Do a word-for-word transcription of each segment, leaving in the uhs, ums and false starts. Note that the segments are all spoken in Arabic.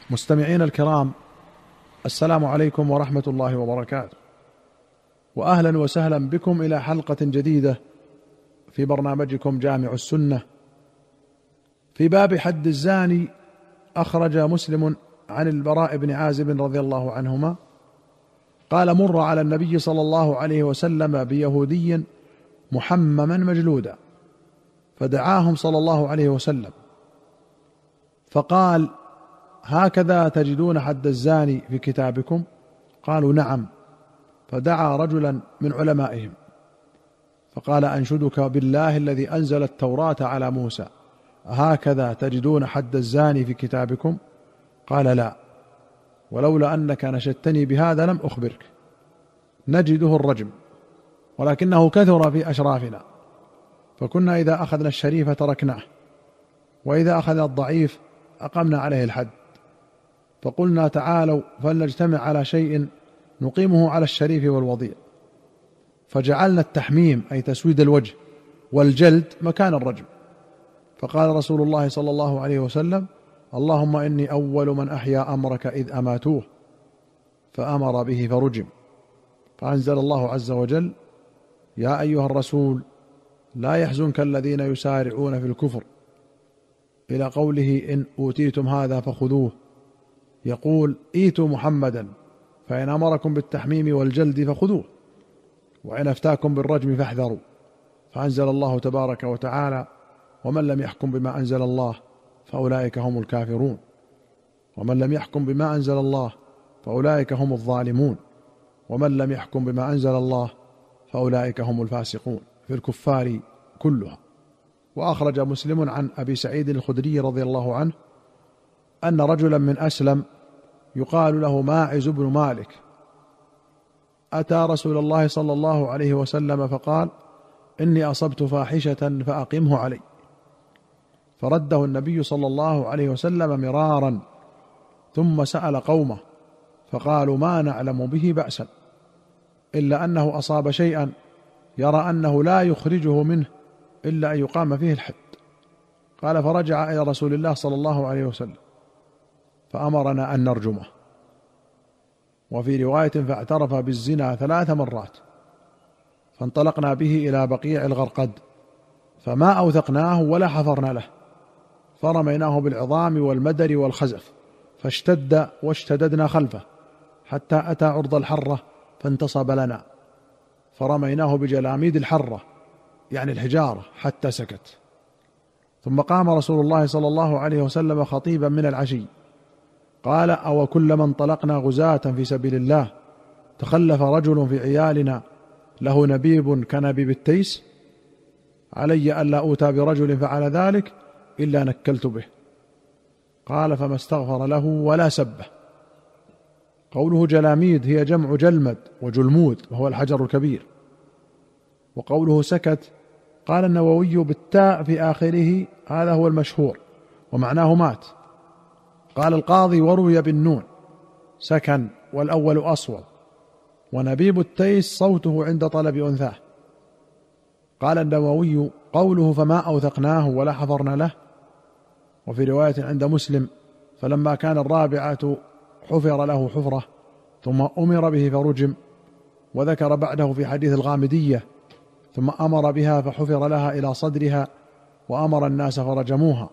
مستمعين الكرام، السلام عليكم ورحمة الله وبركاته، وأهلا وسهلا بكم إلى حلقة جديدة في برنامجكم جامع السنة. في باب حد الزاني أخرج مسلم عن البراء بن عازب رضي الله عنهما قال: مر على النبي صلى الله عليه وسلم بيهودي محمما مجلودا، فدعاهم صلى الله عليه وسلم فقال: هكذا تجدون حد الزاني في كتابكم؟ قالوا: نعم. فدعا رجلا من علمائهم فقال: أنشدك بالله الذي أنزل التوراة على موسى، هكذا تجدون حد الزاني في كتابكم؟ قال: لا، ولولا أنك نشدتني بهذا لم أخبرك. نجده الرجم، ولكنه كثر في أشرافنا، فكنا إذا أخذنا الشريف تركناه، وإذا أخذنا الضعيف أقمنا عليه الحد، فقلنا: تعالوا فلنجتمع على شيء نقيمه على الشريف والوضيع، فجعلنا التحميم أي تسويد الوجه والجلد مكان الرجم. فقال رسول الله صلى الله عليه وسلم: اللهم إني أول من أحيا أمرك إذ أماتوه، فأمر به فرجم. فأنزل الله عز وجل: يا أيها الرسول لا يحزنك الذين يسارعون في الكفر، إلى قوله: إن أوتيتم هذا فخذوه. يقول: إيتوا محمدا، فإن أمركم بالتحميم والجلد فخذوه، وإن أفتاكم بالرجم فاحذروا. فأنزل الله تبارك وتعالى: ومن لم يحكم بما أنزل الله فأولئك هم الكافرون، ومن لم يحكم بما أنزل الله فأولئك هم الظالمون، ومن لم يحكم بما أنزل الله فأولئك هم الفاسقون، في الكفار كلها. وأخرج مسلم عن أبي سعيد الخدري رضي الله عنه أن رجلا من أسلم يقال له ماعز بن مالك أتى رسول الله صلى الله عليه وسلم فقال: إني أصبت فاحشة فأقمه علي. فرده النبي صلى الله عليه وسلم مرارا، ثم سأل قومه فقالوا: ما نعلم به بأسا، إلا أنه أصاب شيئا يرى أنه لا يخرجه منه إلا أن يقام فيه الحد. قال: فرجع إلى رسول الله صلى الله عليه وسلم فأمرنا أن نرجمه. وفي رواية: فاعترف بالزنا ثلاث مرات. فانطلقنا به إلى بقيع الغرقد، فما أوثقناه ولا حفرنا له، فرميناه بالعظام والمدر والخزف، فاشتد واشتددنا خلفه حتى أتى عرض الحرة فانتصب لنا، فرميناه بجلاميد الحرة يعني الحجارة حتى سكت. ثم قام رسول الله صلى الله عليه وسلم خطيبا من العشي قال: أو كلما انطلقنا غزاة في سبيل الله تخلف رجل في عيالنا له نبيب كنبيب التيس، علي ألا أوتى برجل فعل ذلك إلا نكلت به. قال: فما استغفر له ولا سبه. قوله جلاميد هي جمع جلمد وجلمود، وهو الحجر الكبير. وقوله سكت قال النووي بالتاء في آخره هذا هو المشهور، ومعناه مات. قال القاضي: وروي بالنون سكن، والأول أصوب، ونبيب التيس صوته عند طلب أنثاه. قال النووي: قوله فما أوثقناه ولا حفرنا له. وفي رواية عند مسلم: فلما كان الرابعة حفر له حفرة ثم أمر به فرجم. وذكر بعده في حديث الغامدية: ثم أمر بها فحفر لها إلى صدرها وأمر الناس فرجموها.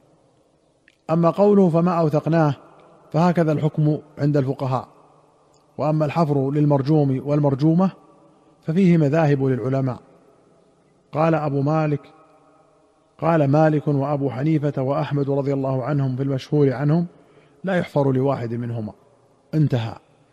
أما قوله فما أوثقناه فهكذا الحكم عند الفقهاء. وأما الحفر للمرجوم والمرجومة ففيه مذاهب للعلماء. قال أبو مالك قال مالك وأبو حنيفة وأحمد رضي الله عنهم في المشهور عنهم: لا يحفر لواحد منهما، انتهى.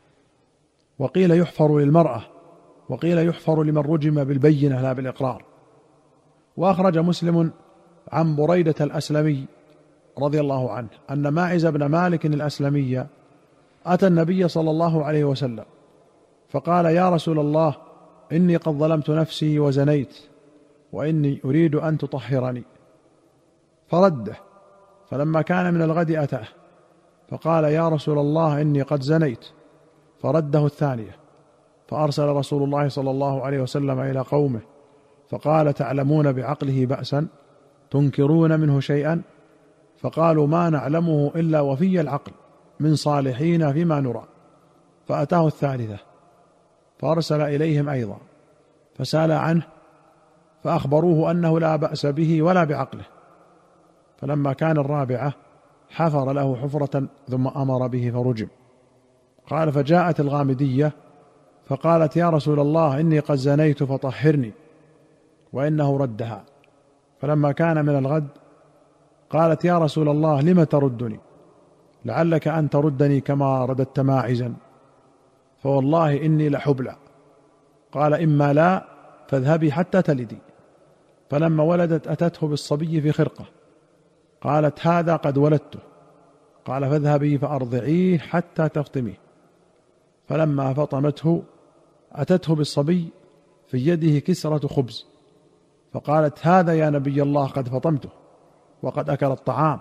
وقيل يحفر للمرأة، وقيل يحفر لمن رجم بالبينة لا بالإقرار. وأخرج مسلم عن بريدة الأسلمي رضي الله عنه أن ماعز بن مالك الأسلمي أتى النبي صلى الله عليه وسلم فقال: يا رسول الله، إني قد ظلمت نفسي وزنيت، وإني أريد أن تطهرني. فرده، فلما كان من الغد أتاه فقال: يا رسول الله، إني قد زنيت. فرده الثانية، فأرسل رسول الله صلى الله عليه وسلم إلى قومه فقال: تعلمون بعقله بأسا تنكرون منه شيئا؟ فقالوا: ما نعلمه إلا وفي العقل. من صالحين فيما نرى. فأتاه الثالثة فأرسل إليهم أيضا فسأل عنه فأخبروه أنه لا بأس به ولا بعقله. فلما كان الرابعة حفر له حفرة ثم أمر به فرجم. قال فجاءت الغامدية فقالت يا رسول الله إني قد زنيت فطهرني، وإنه ردها. فلما كان من الغد قالت يا رسول الله لم تردني؟ لعلك أن تردني كما رددت ماعزا، فوالله إني لحبلى. قال إما لا فاذهبي حتى تلدي. فلما ولدت أتته بالصبي في خرقة، قالت هذا قد ولدته. قال فاذهبي فأرضعيه حتى تفطميه. فلما فطمته أتته بالصبي في يده كسرة خبز، فقالت هذا يا نبي الله قد فطمته وقد أكل الطعام.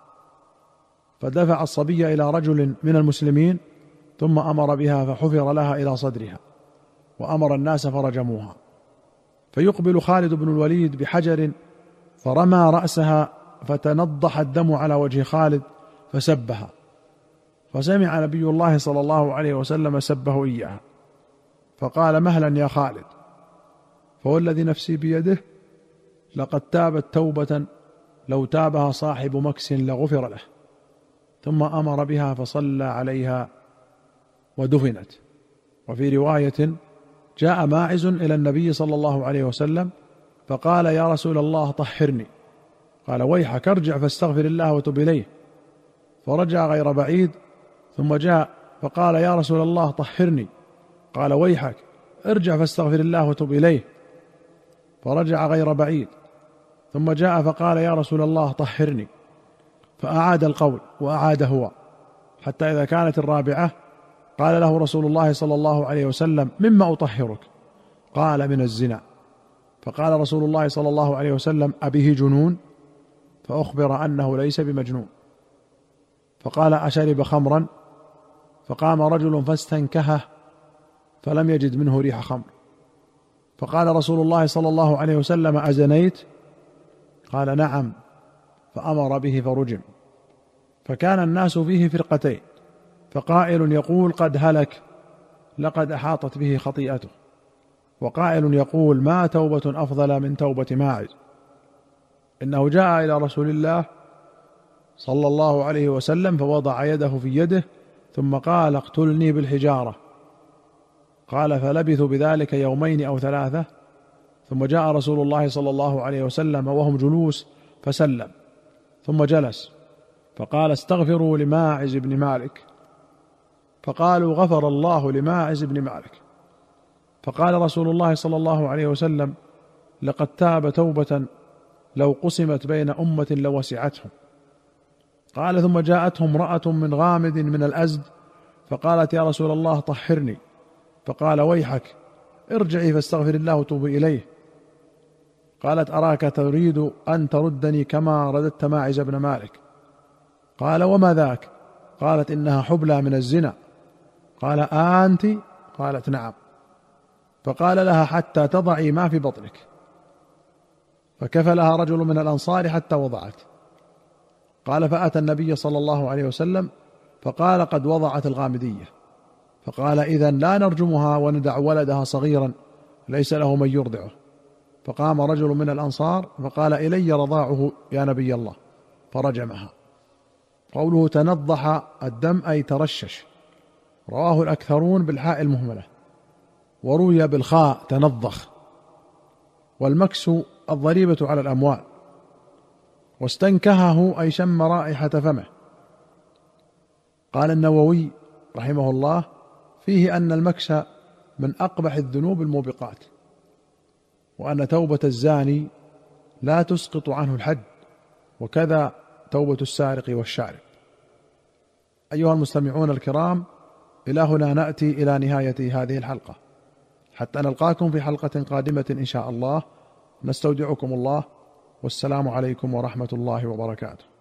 فدفع الصبي إلى رجل من المسلمين ثم أمر بها فحفر لها إلى صدرها، وأمر الناس فرجموها. فيقبل خالد بن الوليد بحجر فرمى رأسها فتنضح الدم على وجه خالد فسبها، فسمع نبي الله صلى الله عليه وسلم سبه إياها فقال مهلا يا خالد، فوالذي نفسي بيده لقد تابت توبة لو تابها صاحب مكس لغفر له. ثم أمر بها فصلى عليها ودفنت. وفي رواية جاء ماعز إلى النبي صلى الله عليه وسلم فقال يا رسول الله طهرني. قال ويحك ارجع فاستغفر الله وتب إليه. فرجع غير بعيد ثم جاء فقال يا رسول الله طهرني. قال ويحك ارجع فاستغفر الله وتب إليه. فرجع غير بعيد ثم جاء فقال يا رسول الله طهرني. فأعاد القول وأعاد هو، حتى إذا كانت الرابعة قال له رسول الله صلى الله عليه وسلم مما أطهرك؟ قال من الزنا. فقال رسول الله صلى الله عليه وسلم أبه جنون؟ فأخبر أنه ليس بمجنون. فقال أشرب خمرا؟ فقام رجل فاستنكهه فلم يجد منه ريح خمر. فقال رسول الله صلى الله عليه وسلم أزنيت؟ قال نعم. فأمر به فرجم. فكان الناس فيه فرقتين، فقائل يقول قد هلك لقد أحاطت به خطيئته، وقائل يقول ما توبة أفضل من توبة ماعز، إنه جاء إلى رسول الله صلى الله عليه وسلم فوضع يده في يده ثم قال اقتلني بالحجارة. قال فلبثوا بذلك يومين أو ثلاثة، ثم جاء رسول الله صلى الله عليه وسلم وهم جلوس فسلم ثم جلس فقال استغفروا لماعز بن مالك. فقالوا غفر الله لماعز بن مالك. فقال رسول الله صلى الله عليه وسلم لقد تاب توبة لو قسمت بين أمة لوسعتهم. قال ثم جاءتهم امرأة من غامد من الأزد فقالت يا رسول الله طهرني. فقال ويحك ارجعي فاستغفر الله وتوب إليه. قالت أراك تريد أن تردني كما رددت ماعز بن مالك. قال وما ذاك؟ قالت إنها حبلى من الزنا. قال أنت؟ قالت نعم. فقال لها حتى تضعي ما في بطنك. فكفلها رجل من الأنصار حتى وضعت. قال فأتى النبي صلى الله عليه وسلم فقال قد وضعت الغامدية. فقال إذن لا نرجمها وندع ولدها صغيرا ليس له من يرضعه. فقام رجل من الأنصار فقال إلي رضاعه يا نبي الله، فرجمها. قوله تنضح الدم أي ترشش، رواه الأكثرون بالحاء المهملة، وروي بالخاء تنضخ. والمكس الضريبة على الأموال. واستنكهه أي شم رائحة فمه. قال النووي رحمه الله فيه أن المكس من أقبح الذنوب الموبقات، وأن توبة الزاني لا تسقط عنه الحد، وكذا توبة السارق والشارب. أيها المستمعون الكرام، إلى هنا نأتي إلى نهاية هذه الحلقة، حتى نلقاكم في حلقة قادمة إن شاء الله. نستودعكم الله، والسلام عليكم ورحمة الله وبركاته.